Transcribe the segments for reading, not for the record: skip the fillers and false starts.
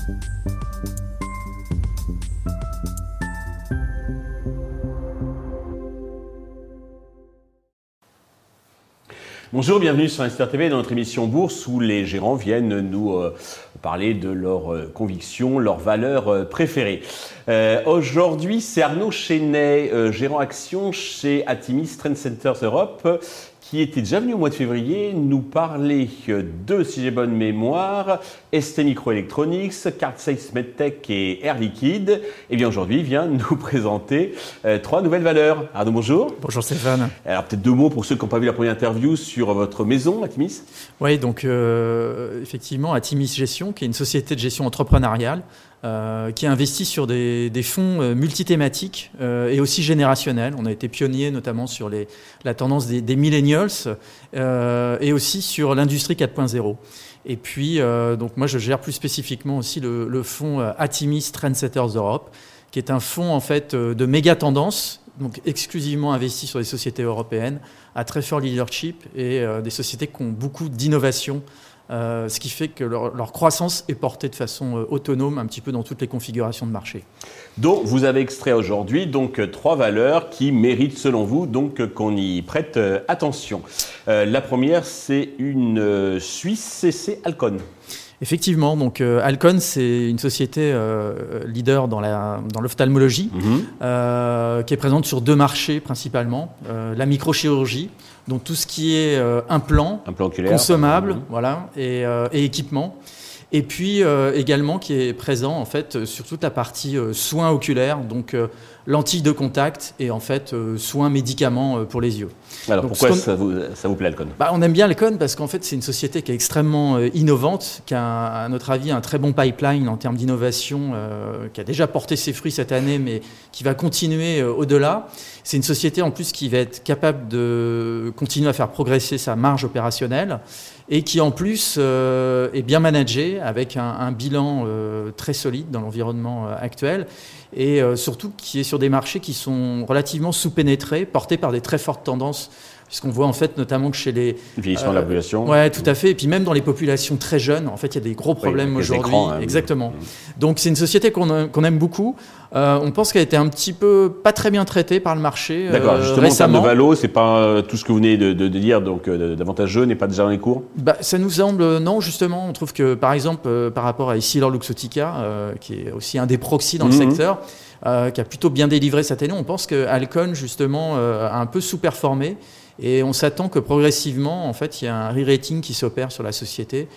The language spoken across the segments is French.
Bonjour, bienvenue sur Investir TV dans notre émission Bourse où les gérants viennent nous parler de leurs convictions, leurs valeurs préférées. Aujourd'hui, c'est Arnaud Chenet, gérant action chez Atimis Trend Centers Europe, qui était déjà venu au mois de février nous parler de, si j'ai bonne mémoire, ST Microelectronics, Cartsize Medtech et Air Liquide. Et bien aujourd'hui, il vient nous présenter 3 nouvelles valeurs. Arnaud, bonjour. Bonjour Stéphane. Alors peut-être 2 mots pour ceux qui n'ont pas vu la première interview sur votre maison, Atimis. Oui, donc effectivement, Atimis Gestion, qui est une société de gestion entrepreneuriale, qui investit sur des fonds multithématiques et aussi générationnels. On a été pionnier notamment sur la tendance des millennials et aussi sur l'industrie 4.0. Et puis, donc moi, je gère plus spécifiquement aussi le fonds Atimis Trendsetters Europe, qui est un fonds en fait de méga tendance, donc exclusivement investi sur des sociétés européennes à très fort leadership et des sociétés qui ont beaucoup d'innovation. Ce qui fait que leur croissance est portée de façon autonome un petit peu dans toutes les configurations de marché. Donc, vous avez extrait aujourd'hui donc 3 valeurs qui méritent selon vous donc qu'on y prête attention. La première, c'est une Suisse, c'est Alcon. Effectivement, donc Alcon, c'est une société leader dans l'ophtalmologie, qui est présente sur 2 marchés principalement, la microchirurgie, donc tout ce qui est implant oculaire, consommable, voilà, et équipement. Et puis également qui est présent en fait sur toute la partie soins oculaires, donc lentilles de contact et en fait soins médicaments pour les yeux. Alors donc, pourquoi ça vous plaît Alcon ? On aime bien Alcon parce qu'en fait c'est une société qui est extrêmement innovante, qui a à notre avis un très bon pipeline en termes d'innovation, qui a déjà porté ses fruits cette année mais qui va continuer au-delà. C'est une société en plus qui va être capable de continuer à faire progresser sa marge opérationnelle et qui en plus est bien managée avec un bilan très solide dans l'environnement actuel et surtout qui est sur des marchés qui sont relativement sous-pénétrés, portés par des très fortes tendances, puisqu'on voit en fait notamment que chez les... vieillissement de la population. Oui, tout à fait. Et puis même dans les populations très jeunes, en fait, il y a des gros problèmes aujourd'hui. Écrans, hein. Exactement. Donc c'est une société qu'on aime beaucoup. On pense qu'elle a été un petit peu pas très bien traitée par le marché. D'accord, justement récemment. En termes de valo, c'est pas tout ce que vous venez de dire, donc d'avantageux n'est pas déjà dans les cours ? Ça nous semble, non, justement. On trouve que par exemple, par rapport à Essilor-Luxottica, qui est aussi un des proxys dans le secteur, qui a plutôt bien délivré cette année, on pense que Alcon, justement, a un peu sous-performé. Et on s'attend que progressivement, en fait, il y a un re-rating qui s'opère sur la société.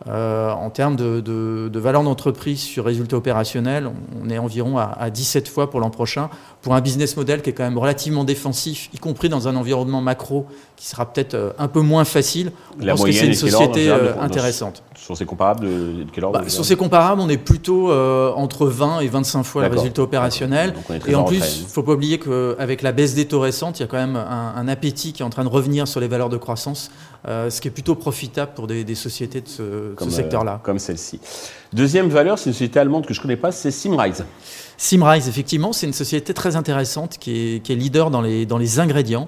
En termes de valeur d'entreprise sur résultats opérationnels, on est environ à 17 fois pour l'an prochain, pour un business model qui est quand même relativement défensif, y compris dans un environnement macro qui sera peut-être un peu moins facile. On pense que c'est une société intéressante. Sur ces comparables, de quel ordre ? Sur ces comparables, on est plutôt entre 20 et 25 fois le résultat opérationnel. Et en plus, il ne faut pas oublier qu'avec la baisse des taux récentes, il y a quand même un appétit qui est en train de revenir sur les valeurs de croissance, ce qui est plutôt profitable pour des sociétés de ce secteur-là. Comme celle-ci. Deuxième valeur, c'est une société allemande que je ne connais pas, c'est Symrise. Symrise, effectivement, c'est une société très intéressante qui est leader dans les ingrédients.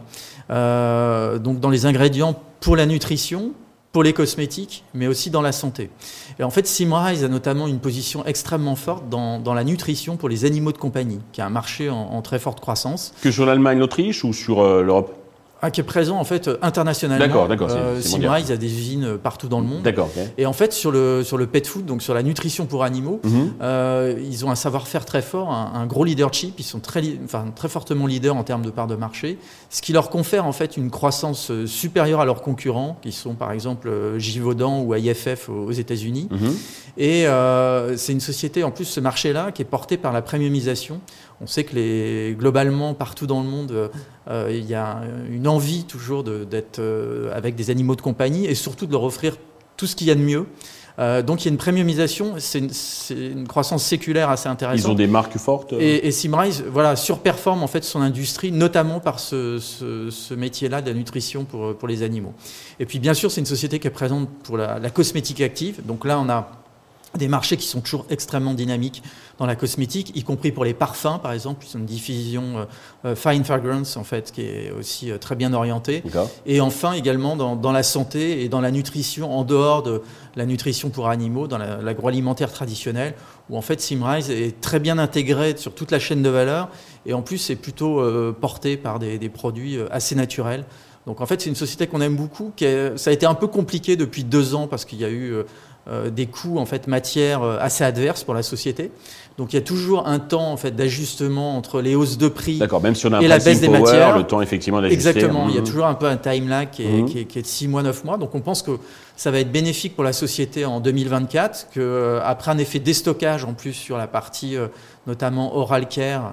Donc dans les ingrédients pour la nutrition, pour les cosmétiques, mais aussi dans la santé. Et en fait, Symrise a notamment une position extrêmement forte dans la nutrition pour les animaux de compagnie, qui est un marché en très forte croissance. Que sur l'Allemagne, l'Autriche ou sur l'Europe ? Qui est présent en fait internationalement. D'accord. Symrise a des usines partout dans le monde. D'accord. Okay. Et en fait sur le pet food, donc sur la nutrition pour animaux, ils ont un savoir-faire très fort, un gros leadership. Ils sont très fortement leaders en termes de part de marché, ce qui leur confère en fait une croissance supérieure à leurs concurrents, qui sont par exemple Givaudan ou IFF aux États-Unis. Et c'est une société en plus ce marché-là qui est porté par la premiumisation. On sait que globalement, partout dans le monde, il y a une envie toujours d'être avec des animaux de compagnie et surtout de leur offrir tout ce qu'il y a de mieux. Donc il y a une premiumisation, c'est une croissance séculaire assez intéressante. Ils ont des marques fortes. Et Symrise surperforme en fait son industrie, notamment par ce métier-là de la nutrition pour les animaux. Et puis bien sûr, c'est une société qui est présente pour la cosmétique active. Donc là, on a des marchés qui sont toujours extrêmement dynamiques dans la cosmétique, y compris pour les parfums, par exemple. Ils ont une division Fine Fragrance, en fait, qui est aussi très bien orientée. D'accord. Et enfin, également dans la santé et dans la nutrition, en dehors de la nutrition pour animaux, dans l'agroalimentaire traditionnel, où en fait Symrise est très bien intégré sur toute la chaîne de valeur, et en plus c'est plutôt porté par des produits assez naturels. Donc en fait c'est une société qu'on aime beaucoup, ça a été un peu compliqué depuis 2 ans parce qu'il y a eu des coûts en fait matières assez adverses pour la société. Donc il y a toujours un temps en fait d'ajustement entre les hausses de prix et la baisse des matières. Le temps effectivement d'ajuster. Exactement, il y a toujours un peu un time lag qui est de 6 mois, 9 mois. Donc on pense que ça va être bénéfique pour la société en 2024, qu'après un effet déstockage en plus sur la partie notamment oral care,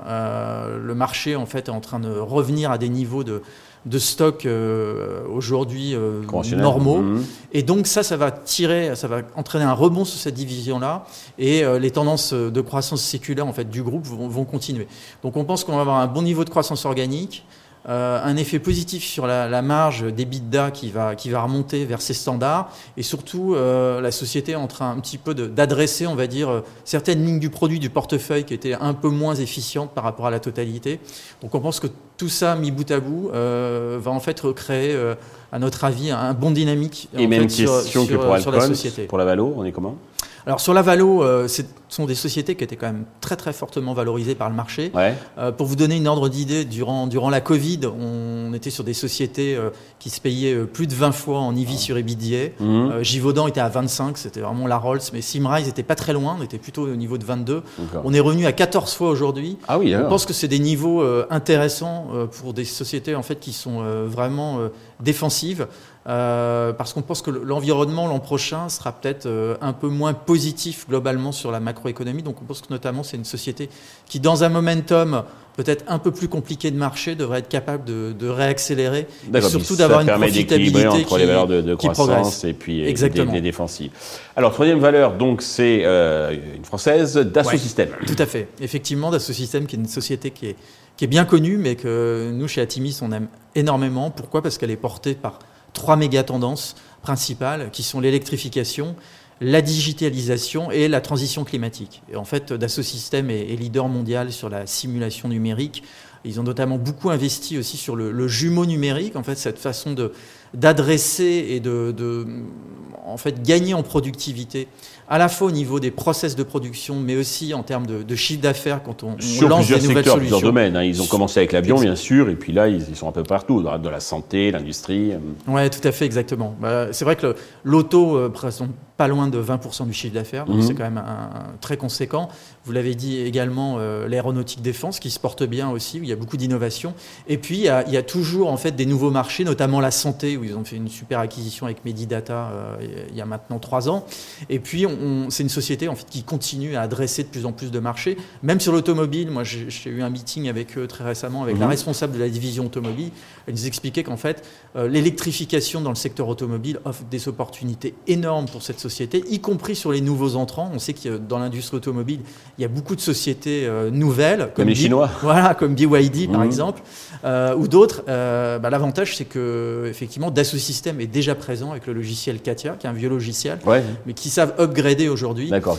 le marché en fait est en train de revenir à des niveaux de stock aujourd'hui normaux. Et donc ça va entraîner un rebond sur cette division-là, et les tendances de croissance séculaire en fait du groupe vont continuer. Donc on pense qu'on va avoir un bon niveau de croissance organique, un effet positif sur la marge d'EBITDA qui va remonter vers ses standards, et surtout la société est en train un petit peu d'adresser, on va dire, certaines lignes du produit du portefeuille qui étaient un peu moins efficientes par rapport à la totalité. Donc on pense que tout ça, mis bout à bout, va en fait recréer, à notre avis, un bon dynamique et même question que pour la société. Pour la Valo, on est comment ? Alors sur la Valo, ce sont des sociétés qui étaient quand même très très fortement valorisées par le marché. Ouais. Pour vous donner une ordre d'idée, durant la Covid, on était sur des sociétés qui se payaient plus de 20 fois en EV sur EBITDA. Givaudan était à 25, c'était vraiment la Rolls, mais Symrise n'était pas très loin, on était plutôt au niveau de 22. D'accord. On est revenu à 14 fois aujourd'hui. Ah oui, on pense que c'est des niveaux intéressants pour des sociétés en fait, qui sont vraiment défensives. Parce qu'on pense que l'environnement l'an prochain sera peut-être un peu moins positif globalement sur la macroéconomie. Donc on pense que notamment c'est une société qui, dans un momentum peut-être un peu plus compliqué de marché, devrait être capable de réaccélérer, et surtout d'avoir une profitabilité entre les valeurs de croissance progresse. Et puis des défensives. Alors troisième valeur, donc c'est une française, Dassault Systèmes. Tout à fait. Effectivement, Dassault Systèmes qui est une société qui est bien connue, mais que nous chez Atimis on aime énormément. Pourquoi ? Parce qu'elle est portée par 3 méga-tendances principales qui sont l'électrification, la digitalisation et la transition climatique. Et en fait, Dassault Systèmes est leader mondial sur la simulation numérique. Ils ont notamment beaucoup investi aussi sur le jumeau numérique, en fait, cette façon d'adresser et de en fait, gagner en productivité, à la fois au niveau des process de production, mais aussi en termes de chiffre d'affaires quand on lance des nouvelles solutions. Plusieurs domaines. Ils ont commencé avec l'avion, bien sûr, et puis là, ils sont un peu partout, de la santé, l'industrie. Oui, tout à fait, exactement. C'est vrai que l'auto représente pas loin de 20% du chiffre d'affaires, donc c'est quand même très conséquent. Vous l'avez dit également, l'aéronautique défense qui se porte bien aussi, où il y a beaucoup d'innovation. Et puis, il y a toujours en fait, des nouveaux marchés, notamment la santé, où ils ont fait une super acquisition avec Medidata il y a maintenant 3 ans. Et puis, c'est une société en fait, qui continue à adresser de plus en plus de marchés. Même sur l'automobile, moi j'ai eu un meeting avec eux très récemment, avec la responsable de la division automobile. Elle nous expliquait qu'en fait, l'électrification dans le secteur automobile offre des opportunités énormes pour cette société, y compris sur les nouveaux entrants. On sait que dans l'industrie automobile, il y a beaucoup de sociétés nouvelles, comme les Chinois. Voilà, comme BYD par exemple, ou d'autres. L'avantage, c'est que effectivement, Dassault Systèmes est déjà présent avec le logiciel Katia, qui est un vieux logiciel, mais qui savent upgrader aujourd'hui. D'accord.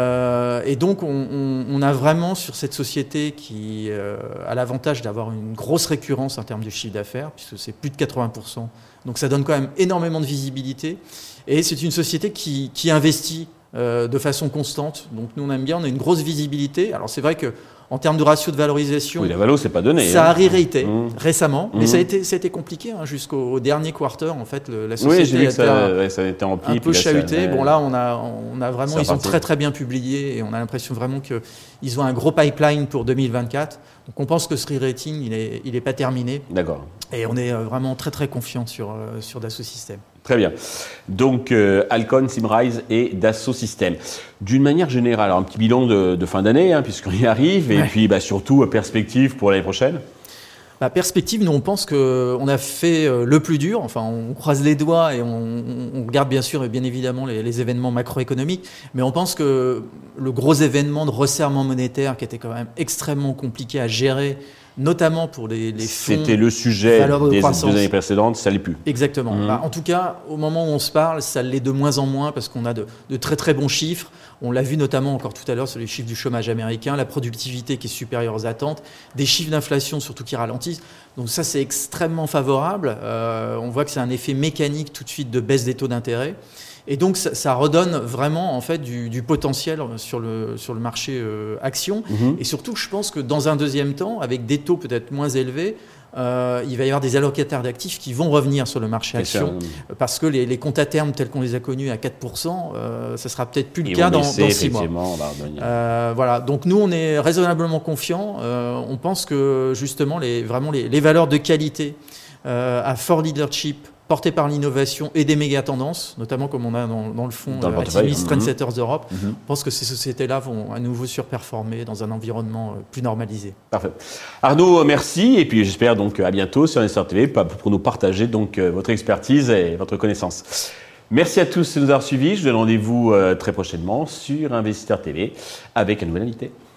Et donc, on a vraiment sur cette société qui a l'avantage d'avoir une grosse récurrence en termes de chiffre d'affaires, puisque c'est plus de 80%. Donc, ça donne quand même énormément de visibilité. Et c'est une société qui investit de façon constante. Donc, nous, on aime bien, on a une grosse visibilité. Alors, c'est vrai que en termes de ratio de valorisation, oui, la valo, c'est pas donné. Ça a re-raté récemment, mais ça a été compliqué jusqu'au dernier quarter. En fait, la société j'ai vu que ça a été en pied, un peu chahutée. Bon, là, on a vraiment, ils ont très très bien publié, et on a l'impression vraiment qu'ils ont un gros pipeline pour 2024. Donc, on pense que ce re-rating, il est pas terminé. D'accord. Et on est vraiment très très confiant sur Dassault Systèmes. Très bien. Donc, Alcon, Symrise et Dassault Systèmes. D'une manière générale, alors un petit bilan de fin d'année, puisqu'on y arrive, et puis surtout perspective pour l'année prochaine. La perspective, nous, on pense qu'on a fait le plus dur. Enfin, on croise les doigts et on regarde bien sûr et bien évidemment les événements macroéconomiques. Mais on pense que le gros événement de resserrement monétaire qui était quand même extrêmement compliqué à gérer, notamment pour les fonds. C'était le sujet des 2 années précédentes, ça ne l'est plus. Exactement. En tout cas, au moment où on se parle, ça l'est de moins en moins parce qu'on a de très très bons chiffres. On l'a vu notamment encore tout à l'heure sur les chiffres du chômage américain, la productivité qui est supérieure aux attentes, des chiffres d'inflation surtout qui ralentissent. Donc ça, c'est extrêmement favorable. On voit que c'est un effet mécanique tout de suite de baisse des taux d'intérêt. Et donc, ça redonne vraiment en fait du potentiel sur le marché action. Et surtout, je pense que dans un deuxième temps, avec des taux peut-être moins élevés, il va y avoir des allocataires d'actifs qui vont revenir sur le marché action parce que les comptes à terme tels qu'on les a connus à 4%, ça sera peut-être plus le cas dans 6 mois. Voilà. Donc nous, on est raisonnablement confiants. On pense que justement, les valeurs de qualité à fort leadership, porté par l'innovation et des méga tendances, notamment comme on a dans le fond Atimis, Trendsetters Europe. Je pense que ces sociétés-là vont à nouveau surperformer dans un environnement plus normalisé. Parfait. Arnaud, merci. Et puis j'espère donc à bientôt sur Investir TV pour nous partager donc votre expertise et votre connaissance. Merci à tous de nous avoir suivis. Je vous donne rendez-vous très prochainement sur Investir TV avec un nouvel invité.